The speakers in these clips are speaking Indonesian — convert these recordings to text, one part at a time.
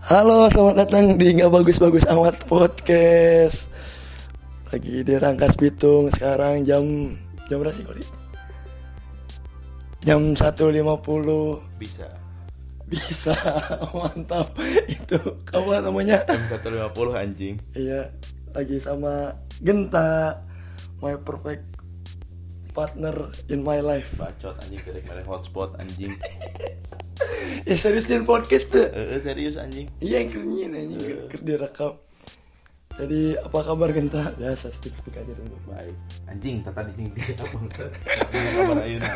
Halo, selamat datang di Nggak Bagus-Bagus Amat Podcast. Lagi di Rangkas Bitung. Sekarang jam berapa sih, Kori? Jam 1.50. Bisa, mantap. Itu apa namanya? jam 1.50 anjing. Iya, lagi sama Genta, my perfect partner in my life. Bacot anjing, kerek merek hotspot anjing. Ya serius di podcast tuh. Serius anjing. Iya, yang kerenyin anjing, direkam. Jadi apa kabar Genta? Biasa speak aja dulu. Baik. Anjing, tadi anjing dia bangsat. Kabar ayeuna.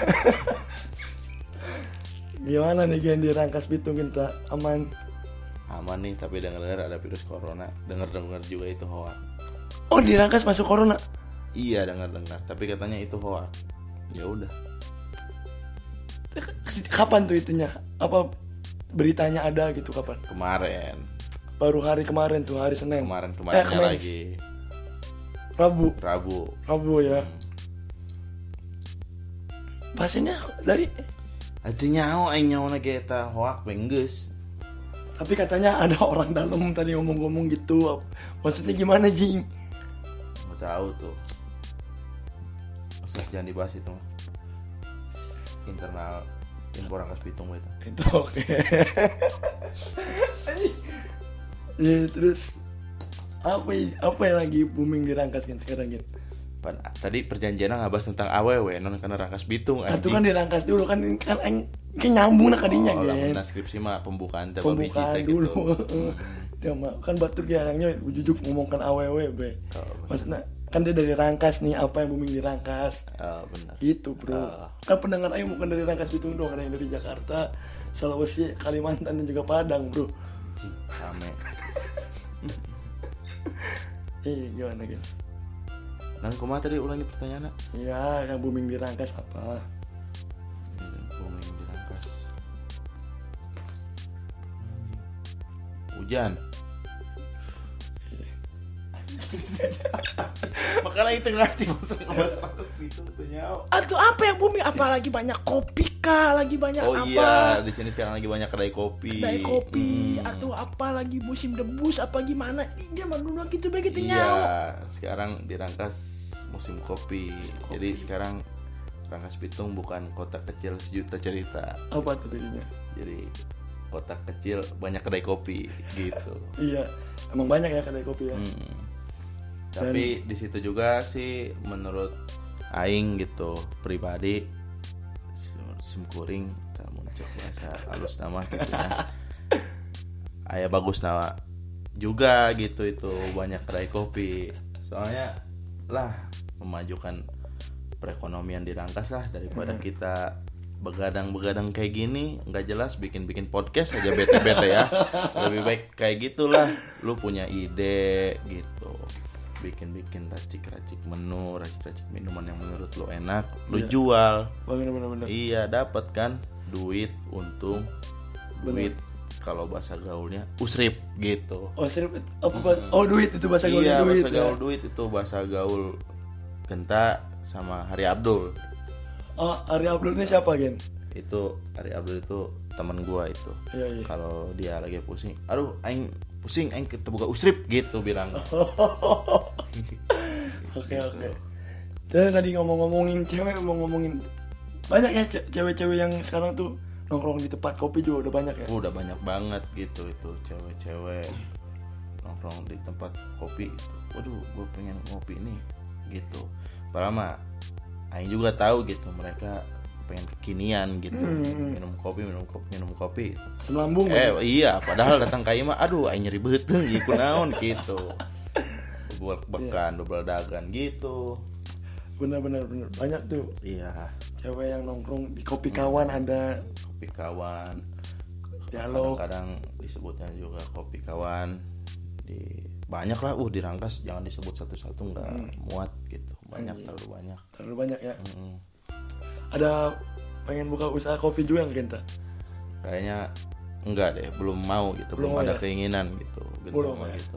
Gimana nih Gen di Rangkas Bitung Genta? Aman? Aman nih, tapi dengar ada virus corona. Dengar juga itu hoax. Oh, di Rangkas masuk corona? Iya, dengar, tapi katanya itu hoax. Ya udah. Kapan tuh itunya? Apa beritanya ada gitu kapan? Kemarin Baru hari kemarin tuh, hari Senin. kemarinnya lagi. Rabu ya. Pasiennya dari Artinya aing nyawana ge eta hoax benggeus. tapi katanya ada orang dalam tadi ngomong-ngomong gitu. Maksudnya gimana, Jing? Mau tahu tuh. Usah jangan dibahas itu mah. Internal info Rangkas Bitung itu. Itu oke. Ya, terus apa yang lagi booming di Rangkas kan sekarang gitu? Tadi perjanjian ngabas tentang awewe non karena Rangkas Bitung Itu kan di Rangkas dulu kan nyambung nak kadinya kan. kan. Skripsi mah pembukaan Pembukaan dulu. Dia mah kan batur yang jujuk ngomongkan awewe be. Maksudnya kan dia dari Rangkas nih, apa yang booming di Rangkas? Benar. Gitu bro. Kan pendengar ayo bukan dari Rangkas Bitung doang, ada yang dari Jakarta, Sulawesi, Kalimantan dan juga Padang bro. Rame. Gimana gitu? Dan kumaha tadi ulangi pertanyaannya? Ya, yang booming di Rangkas apa? Booming di Rangkas. Hujan. Makanya itu ngerti maksudnya ngebahas Rangkas Bitung tuh nyawa. Atau apa yang booming? Apalagi banyak kopi kah? Lagi banyak apa? Oh iya, di sini sekarang lagi banyak kedai kopi. Atau apa lagi musim debus apa gimana? Dia mah dulu gitu begitu nyawa. Iya, sekarang di Rangkas musim kopi. Jadi sekarang Rangkas Bitung bukan kota kecil sejuta cerita. Apa tuh jadinya? Jadi kota kecil banyak kedai kopi gitu. Iya, emang banyak ya kedai kopi ya. Tapi di situ juga sih menurut aing gitu pribadi simkuring tak muncul bahasa halus nama gitu ya. Aya bagus nama juga gitu itu banyak kedai kopi. Soalnya lah memajukan perekonomian di Rangkas lah daripada kita begadang kayak gini nggak jelas bikin podcast aja bete ya. Lebih baik kayak gitulah, lu punya ide gitu, bikin racik menu, racik minuman yang menurut lu enak, lu jual. Bener. Iya, dapat kan duit, untung, duit. Kalau bahasa gaulnya usrip gitu. Oh, usrip apa? Oh, duit itu bahasa gaulnya. Iya, duit. Bahasa gaul duit itu bahasa gaul Genta sama Hari Abdul. Oh, Hari Abdul ini siapa, Gen? Itu Hari Abdul itu teman gua itu. Iya. Kalau dia lagi pusing, aduh aing pusing, aing kita buka usrip gitu bilang. Oke. Dan tadi ngomongin cewek, ngomongin banyak ya cewek-cewek yang sekarang tuh nongkrong di tempat kopi juga udah banyak ya. Udah banyak banget gitu itu cewek-cewek nongkrong di tempat kopi gitu. Waduh, gue pengen ngopi nih gitu. Padahal mah aing juga tahu gitu mereka pengen kekinian gitu. Minum kopi. Semlambung. Iya, padahal datang ka ieu mah aduh aing nyeri beuteung ieu naon gitu. Bebel dagan gitu. Bener banyak tuh. Iya. Cewek yang nongkrong di kopi kawan ada. Kopi kawan. Dialog. Kadang disebutnya juga kopi kawan. Banyak lah di Rangkas, jangan disebut satu-satu nggak muat gitu. Terlalu banyak ya. Ada pengen buka usaha kopi juga nggak Genta? Kayaknya enggak deh, belum mau gitu, belum ada keinginan gitu. Belum ya? Gitu.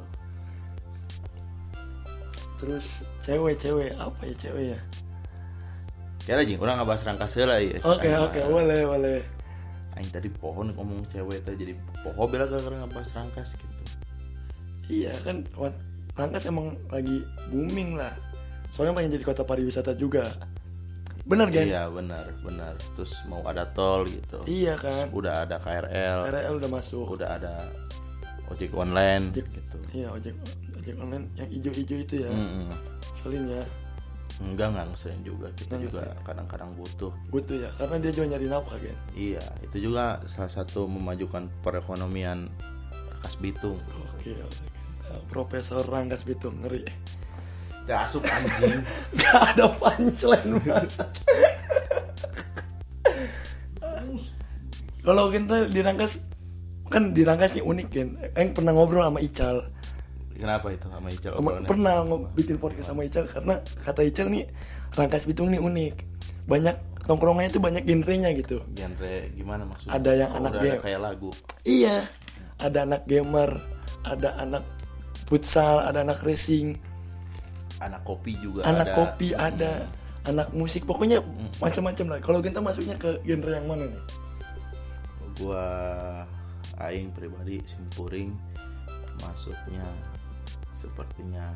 Terus cewek apa ya cewek ya? Kira jing, orang ngebahas Rangkas heula ya. Oke, boleh. Aing tadi pohon ngomong cewek teh jadi poho bela gara-gara ngebahas Rangkas gitu. Iya kan, Rangkas emang lagi booming lah. Soalnya pengen jadi kota pariwisata juga. Bener kan? Iya benar. Terus mau ada tol gitu. Iya kan. Udah ada KRL. KRL udah masuk. Udah ada ojek online gitu. Iya ojek online yang ijo-ijo itu ya. Selin ya. Enggak ngeselin juga. Kita juga kadang-kadang butuh ya, karena dia juga nyari nafkah kan. Iya, itu juga salah satu memajukan perekonomian Rangkas Bitung. Oke. Profesor Rangkas Bitung, ngeri. Gak asup anjing. Gak ada punchline. Kalau kita di Rangkas, kan di Rangkas ini unik kan. Aing pernah ngobrol sama Ical. Kenapa itu sama Ical? Pernah bikin podcast sama Ical karena kata Ical nih Rangkas Bitung nih unik. Banyak tongkrongannya tuh banyak genrenya gitu. Genre gimana maksudnya? Ada yang anak game. Kayak lagu. Iya. Ada anak gamer, ada anak futsal, ada anak racing, anak kopi juga anak ada. Kopi ada, anak musik. Pokoknya macam-macam lah. Kalau kita masuknya ke genre yang mana nih? Gua aing pribadi simpuring masuknya sepertinya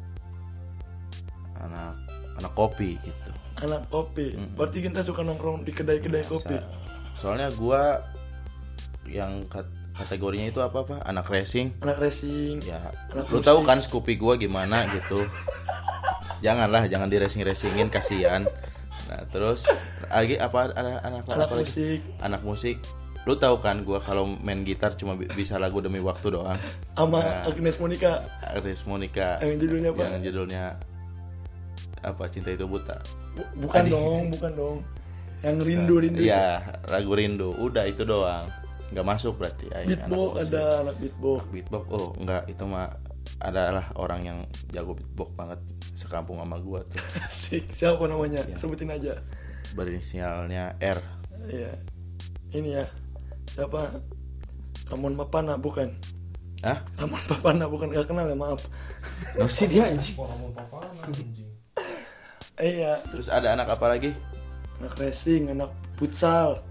anak kopi gitu. Anak kopi. Berarti kita suka nongkrong di kedai-kedai kopi. Soalnya gua yang kategorinya itu apa anak racing. Ya, lu tahu kan Scoopy gua gimana gitu. Jangan di racingin kasihan. Nah, terus lagi apa ada anak musik. Anak musik. Lu tahu kan gue kalau main gitar cuma bisa lagu demi waktu doang. Sama Agnes Monica. Yang judulnya apa? Yang judulnya apa? Cinta Itu Buta. Bukan dong. Yang Rindu. Iya, lagu Rindu. Udah itu doang. Enggak masuk berarti. Beatbox ada anak beatbox. Beatbox. Oh, enggak, itu mah adalah orang yang jago beatbox banget sekampung sama gua tuh. Asik. Siapa namanya? Ya. Sebutin aja. Berinisialnya R. Iya. Ini ya. Siapa? Ramon Papana bukan? Hah? Ramon Papana bukan, gak kenal ya, maaf. No sih dia anjing. Ramon Papana anjing. Iya. Terus ada anak apa lagi? Anak racing, anak futsal.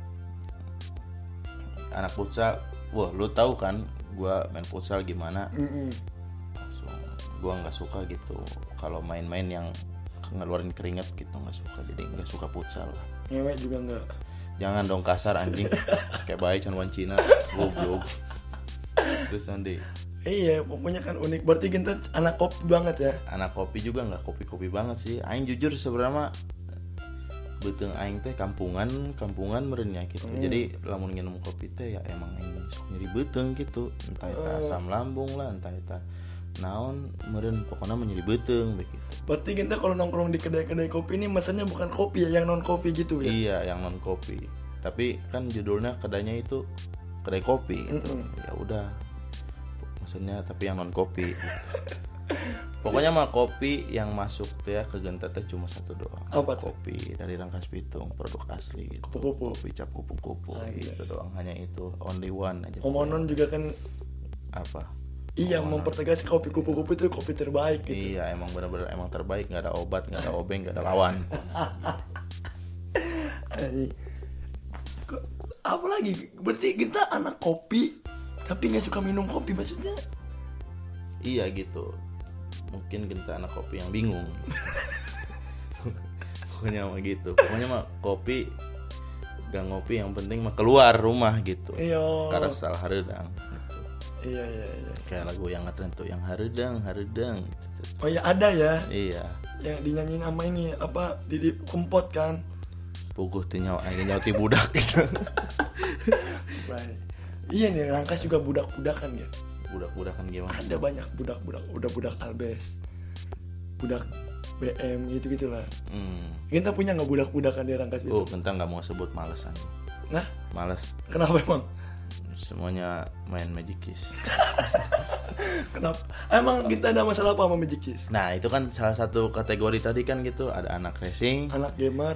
Anak futsal. Wah, lu tahu kan gua main futsal gimana? Langsung gua nggak suka gitu. Kalau main-main yang ngeluarin keringat gitu nggak suka. Jadi nggak suka futsal. Ngewek juga nggak. Jangan dong kasar anjing. Kayak bayi canuan Cina. Goblok. Terus nanti. Iya, pokoknya kan unik. Berarti kita anak kopi banget ya. Anak kopi juga nggak kopi banget sih. Aing jujur sebenarnya beteng aing teh kampungan merenya gitu. Jadi lamun nginum kopi teh ya emang aing sok nyeri beteng gitu. Entah itu asam lambung lah, entah itu naon meureun pokoknya menyeri beteng begitu. Berarti kita kalau nongkrong di kedai-kedai kopi ini mesennya bukan kopi ya, yang non kopi gitu ya. Iya, yang non kopi. Tapi kan judulnya kedainya itu kedai kopi gitu. Ya udah. Maksudnya tapi yang non kopi. Pokoknya mah kopi yang masuk tuh ya ke Genta teh cuma satu doang. Apa tuh? Kopi dari Rangkas Bitung, produk asli gitu. Kupu-kupu. Kopi cap kupu-kupu gitu doang, hanya itu, only one aja. Omonon juga kan apa? Iya, mempertegas kopi kupu-kupu itu kopi terbaik gitu. Iya, emang benar-benar emang terbaik, enggak ada obat, enggak ada obeng, enggak ada lawan. Apa lagi? Berarti kita anak kopi tapi nggak suka minum kopi maksudnya? Iya gitu. Mungkin kita anak kopi yang bingung. Pokoknya mah gitu. Pokoknya mah kopi gak ngopi, yang penting mah keluar rumah gitu. Iya. Karena salah hareudang. Iya. Kayak lagu yang ngetren tuh, yang hareudang gitu. Oh ya, ada ya. Iya. Yang dinyanyiin sama ini apa? Didi Kempot kan. Puguh teh nyawa nyauti budak gitu. Iya nih, Rangkas juga budak-budakan ya. Budak-budakan gimana? Ada banyak budak Albes, budak BM gitu-gitulah. Kita punya nggak budak-budakan di Rangkas itu? Oh, kita nggak mau sebut males aja. Nah? Males. Kenapa emang? Semuanya main Magic Kiss. Kenapa? Emang kita ada masalah apa sama Magic Kiss? Nah, itu kan salah satu kategori tadi kan gitu. Ada anak racing, anak gamer,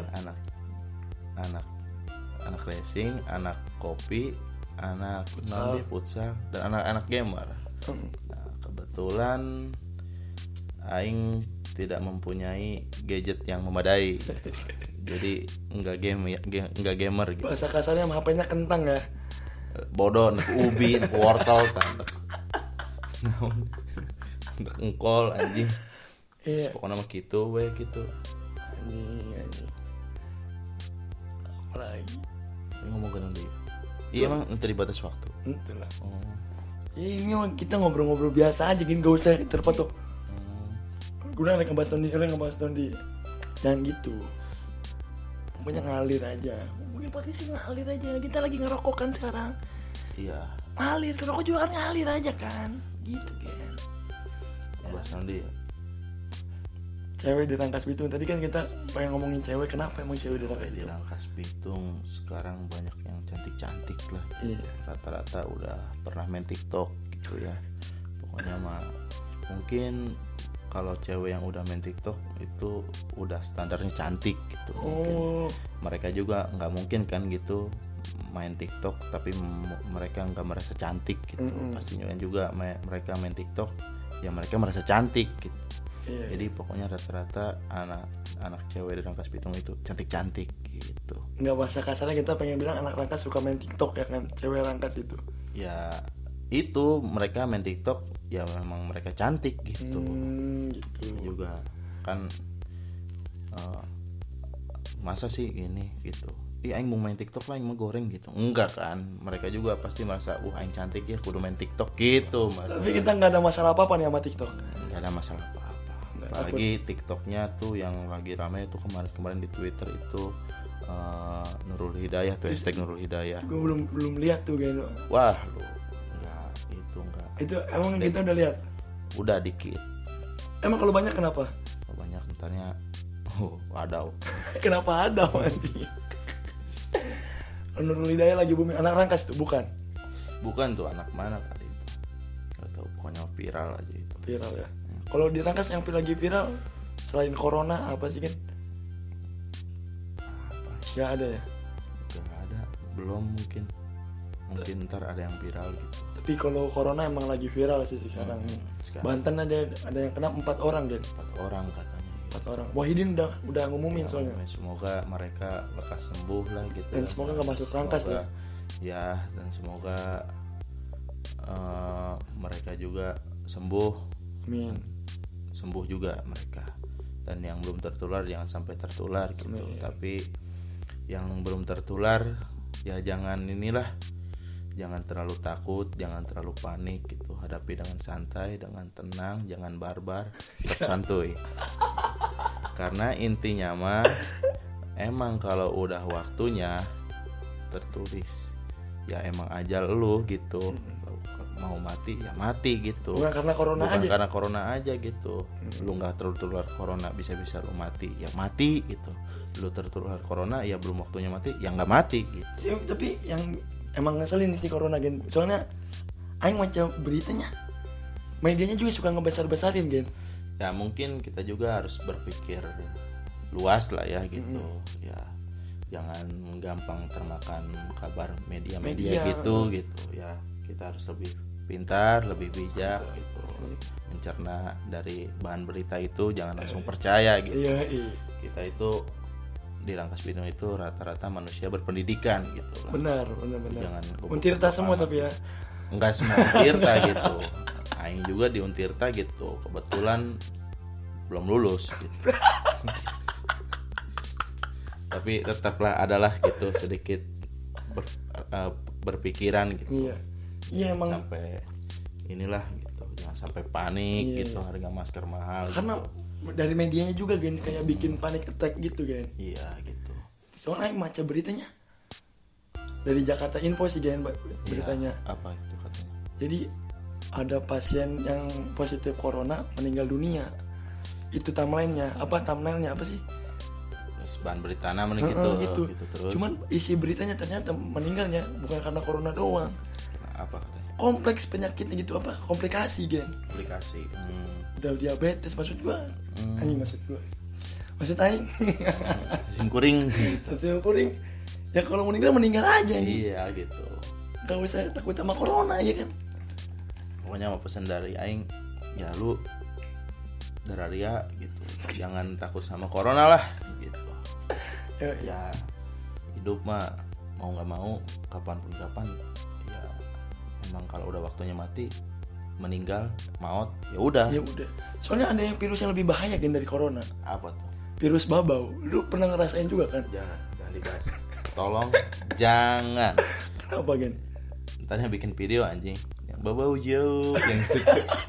anak racing, anak kopi, anak futsal, dan anak-anak gamer. Nah, kebetulan aing tidak mempunyai gadget yang memadai. Jadi enggak enggak gamer gitu. Bahasa kasarnya sama HP-nya kentang ya. Bodoh nek ubi, nek wortel tandek. Nek engkol anjing. Iya. Pokoknya mah gitu we gitu. Anjing. Apalagi Ngomong kan dia. Iya emang nanti batas waktu. itulah. Oh. Ya, ini mah kita ngobrol-ngobrol biasa aja gini, gak usah terpatok. Gue udah ngebahas Tondi, jangan gitu. Pokoknya ngalir aja. Mungkin podcast ngalir aja. Kita lagi ngerokok kan sekarang. Iya. Ngalir, ngerokok juga kan ngalir aja kan. Gitu kan. Bahas nanti. Cewek di Rangkas Bitung. Tadi kan kita pengen ngomongin cewek. Kenapa emang cewek di Rangkas Di Bitung? Rangkas Bitung sekarang banyak yang cantik-cantik lah. Iya. Rata-rata udah pernah main TikTok gitu ya. Pokoknya mah mungkin kalau cewek yang udah main TikTok itu udah standarnya cantik gitu. Oh. Mungkin mereka juga nggak mungkin kan gitu main TikTok tapi mereka nggak merasa cantik gitu. Pastinya juga mereka main TikTok ya mereka merasa cantik gitu. Iya. Jadi pokoknya rata-rata anak cewek di Rangkas Bitung itu cantik-cantik gitu. Nggak bahasa kasarnya kita pengen bilang anak Rangkas suka main TikTok ya kan. Cewek Rangkas itu. Ya itu mereka main TikTok ya memang mereka cantik gitu. Gitu. Juga kan masa sih ini gitu. Aing mau main TikTok lah, aing mau goreng gitu. Enggak kan, mereka juga pasti merasa aing cantik ya kudu main TikTok gitu. Tapi kita nggak ada masalah apa-apa nih sama TikTok. Nggak ada masalah apa-apa. Apalagi TikToknya tuh yang lagi rame tuh kemarin di Twitter itu Nurul Hidayah tuh hashtag Nurul Hidayah. Gue belum lihat tuh kayaknya. Wah lu enggak itu enggak. Itu emang kita udah lihat. Udah dikit. Emang kalau banyak kenapa? Banyak entarnya wadaw. Kenapa ada anjing? Nurul Hidayah lagi booming. Anak Rangkas tuh bukan? Bukan tuh anak mana kali itu. Enggak tahu pokoknya viral aja itu. Viral ya. Kalau di Rangkas yang lagi viral selain corona apa sih kan? Apa? Gak ada ya. Gak ada, belum mungkin ntar ada yang viral gitu. Tapi kalau corona emang lagi viral sih sekarang. Sekarang. Banten ada yang kena 4 orang kan? 4 orang katanya. 4 orang. Wahidin udah ngumumin soalnya. Semoga mereka lekas sembuh lah gitu. Dan semoga nggak masuk Rangkas ya. Ya dan semoga mereka juga sembuh. Amin. Sembuh juga mereka. Dan yang belum tertular jangan sampai tertular gitu. Amin. Tapi yang belum tertular ya jangan jangan terlalu takut, jangan terlalu panik gitu. Hadapi dengan santai, dengan tenang, jangan barbar, tetap santuy. Karena intinya mah emang kalau udah waktunya tertulis ya emang ajal lu gitu. Mau mati ya mati gitu. Bukan karena corona Bukan aja. karena corona aja gitu. Lu nggak tertular corona bisa-bisa lu mati ya mati gitu. Lu tertular corona ya belum waktunya mati ya nggak mati gitu. Ya, tapi yang emang ngeselin sih corona gen. Soalnya aing macam beritanya medianya juga suka ngebesar-besarin gen. Ya mungkin kita juga harus berpikir luas lah ya gitu. Ya jangan gampang termakan kabar media gitu. Ya kita harus lebih pintar, lebih bijak gitu. Mencerna dari bahan berita itu jangan langsung percaya gitu. Iya. Kita itu di Rangkas Bitung itu rata-rata manusia berpendidikan gitu lah. Benar. Jangan Untirta semua tapi ya. Enggak semua Untirta gitu. Aing juga di Untirta gitu. Kebetulan belum lulus gitu. Tapi tetaplah adalah gitu sedikit berpikiran gitu. Iya emang. Sampai inilah gitu. Jangan sampai panik gitu harga masker mahal. Karena gitu. dari medianya juga gen kayak bikin panic attack gitu gen. Iya gitu. Soalnya aing baca beritanya dari Jakarta Info sih gen beritanya. Iya, apa itu katanya? Jadi ada pasien yang positif corona meninggal dunia. Itu thumbnailnya apa sih? Bahan berita namanya gitu. Terus. Cuman isi beritanya ternyata meninggalnya bukan karena corona doang. Apa katanya? Kompleks penyakitnya gitu apa? Komplikasi gen. Komplikasi. Udah diabetes maksud gua. Maksud aing. Simkuring gitu. Simkuring. Ya kalau meninggal aja gitu. Iya gitu. Gak usah takut sama corona ya kan. Pokoknya mau pesan dari aing ya lu dararia gitu. Jangan takut sama corona lah gitu. Ya hidup mah mau nggak mau kapanpun kapan ya emang kalau udah waktunya mati meninggal maut ya udah. Soalnya ada yang virus yang lebih bahaya kan dari corona. Apa tuh? Virus babau. Lu pernah ngerasain juga kan? Jangan dibahas. Tolong jangan. Kenapa Gen? Ntarnya bikin video anjing yang babau jauh yang gitu.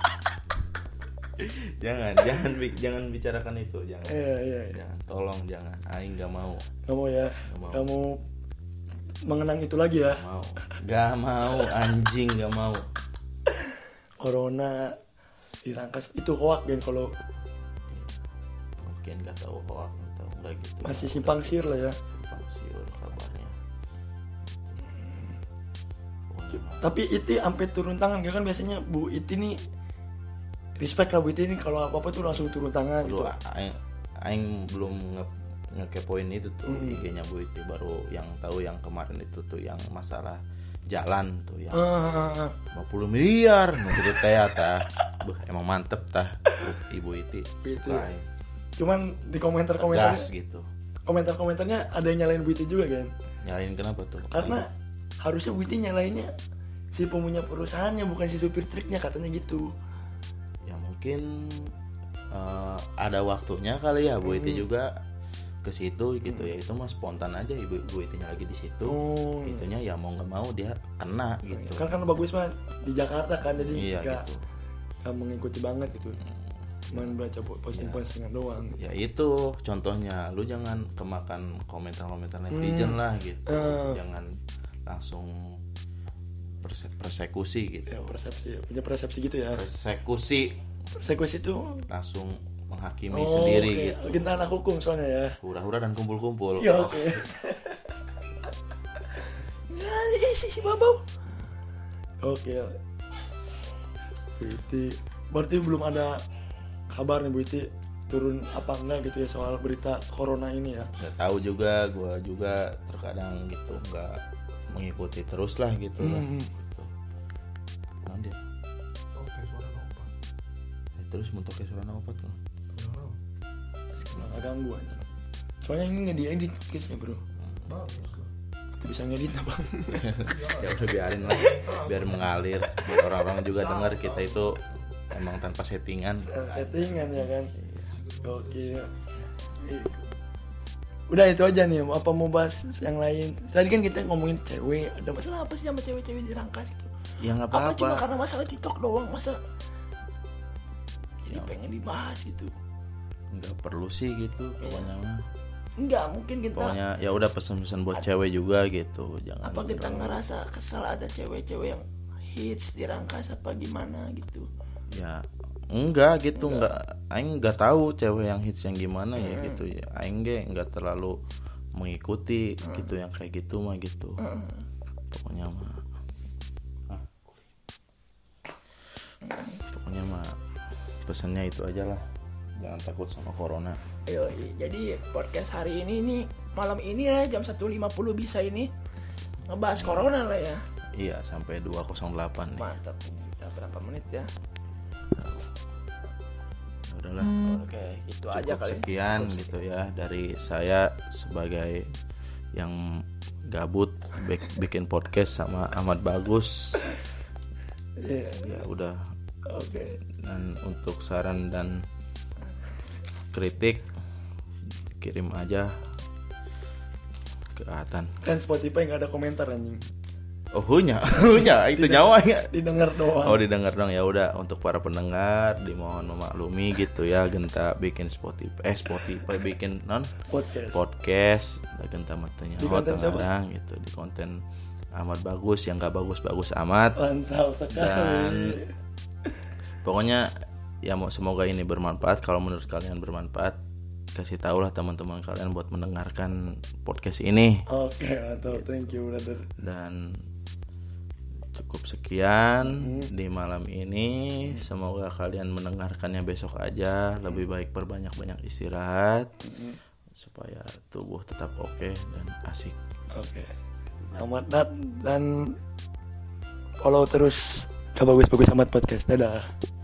jangan bicarakan itu, jangan. Iya. Jangan, tolong jangan. Aing nggak mau. Nggak mau ya. Kamu mengenang itu lagi ya? Nggak mau anjing, nggak mau. Corona dirangkas itu hoak Gen kalau. Mungkin nggak tahu hoak atau nggak gitu. Masih simpang siur lah ya. Simpang siur kabarnya. Tapi Iti sampai turun tangan kan biasanya Bu Iti nih respect lah Bu Iti nih kalau apa-apa tuh langsung turun tangan gitu. Aing belum ngekepoin itu tuh IG-nya Bu Iti, baru yang tahu yang kemarin itu tuh yang masalah jalan tuh yang 50 miliar gitu teh tah. Emang mantep tah Ibu Iti. Cuman di komentar-komentarnya gitu. Komentar-komentarnya ada yang nyalain Bu Iti juga kan? Nyalain kenapa tuh? Karena harusnya Bu Iti nyalainnya si punya perusahaannya bukan si supir truknya katanya gitu. Ya mungkin ada waktunya kali ya Bu Iti juga ke situ gitu ya, itu mah spontan aja Bu Itinya lagi di situ. Itunya ya mau nggak mau dia kena gitu. Kan bagus mah di Jakarta kan, jadi nggak mengikuti banget gitu. Cuman baca posting-postingan doang. Ya itu contohnya, lu jangan kemakan komentar-komentar netizen lah gitu. Jangan langsung persekusi gitu. Ya, punya persepsi gitu ya. Persekusi itu langsung menghakimi sendiri gitu. Kita anak hukum soalnya ya. Hura-hura dan kumpul-kumpul. Ya oke. Ya si babau. Oke. Bu Iti, berarti belum ada kabar nih Bu Iti turun apa enggak gitu ya soal berita corona ini ya? Nggak tahu juga, gue juga terkadang gitu nggak mengikuti terus lah gitu lah. Gitu. Nanti. Oke, suara opat. Terus bentuk suara opat kan? Nggak ganggu aja. Soalnya ini nggak diedit case-nya bro. Bagus. Bisa ngedit apa? Ya udah biarin lah, biar mengalir, biar orang-orang juga dengar kita itu emang tanpa settingan. Settingan ya kan. Oke. Udah itu aja nih. Apa mau bahas yang lain? Tadi kan kita ngomongin cewek. Ada masalah apa sih sama cewek-cewek dirangkas itu? Ya nggak apa-apa. Apa cuma karena masalah TikTok doang masa? Jadi pengen dibahas gitu. Nggak perlu sih gitu pokoknya mah. Enggak mungkin kita. Pokoknya ya udah pesan-pesan buat cewek juga gitu. Jangan. Apa kita ngerasa kesal ada cewek-cewek yang hits dirangkas apa gimana gitu? Ya enggak gitu, enggak. Aing nggak tahu cewek yang hits yang gimana ya gitu ya. Aing nggak terlalu mengikuti gitu yang kayak gitu mah gitu. Pokoknya mah pesannya itu aja lah, jangan takut sama corona. Jadi podcast hari ini nih, malam ini ya jam 1.50 bisa ini ngebahas corona lah ya. Iya sampai 2.08 nih. Mantap. Udah berapa menit ya? Udahlah. Oke, itu cukup aja kali. Sekian gitu ya dari saya sebagai yang gabut bikin podcast sama Ahmad Bagus. Ya udah. Oke. Dan untuk saran dan kritik kirim aja ke Atan. Kan Spotify nggak ada komentar anjing. Oh hunya itu nyawa ya. Didengar doang. Oh didengar dong, ya udah. Untuk para pendengar dimohon memaklumi gitu ya, genta bikin Spotify bikin podcast genta matanya orang gitu di konten Ahmad Bagus yang gak bagus amat. Mantap sekali. Dan pokoknya ya semoga ini bermanfaat. Kalau menurut kalian bermanfaat, kasih tahulah teman-teman kalian buat mendengarkan podcast ini. Oke, mantap. Thank you brother. Dan cukup sekian di malam ini. Semoga kalian mendengarkannya besok aja. Lebih baik perbanyak-banyak istirahat supaya tubuh tetap oke dan asik. Oke. Selamat dan follow terus Bagus Amat Podcast. Dadah.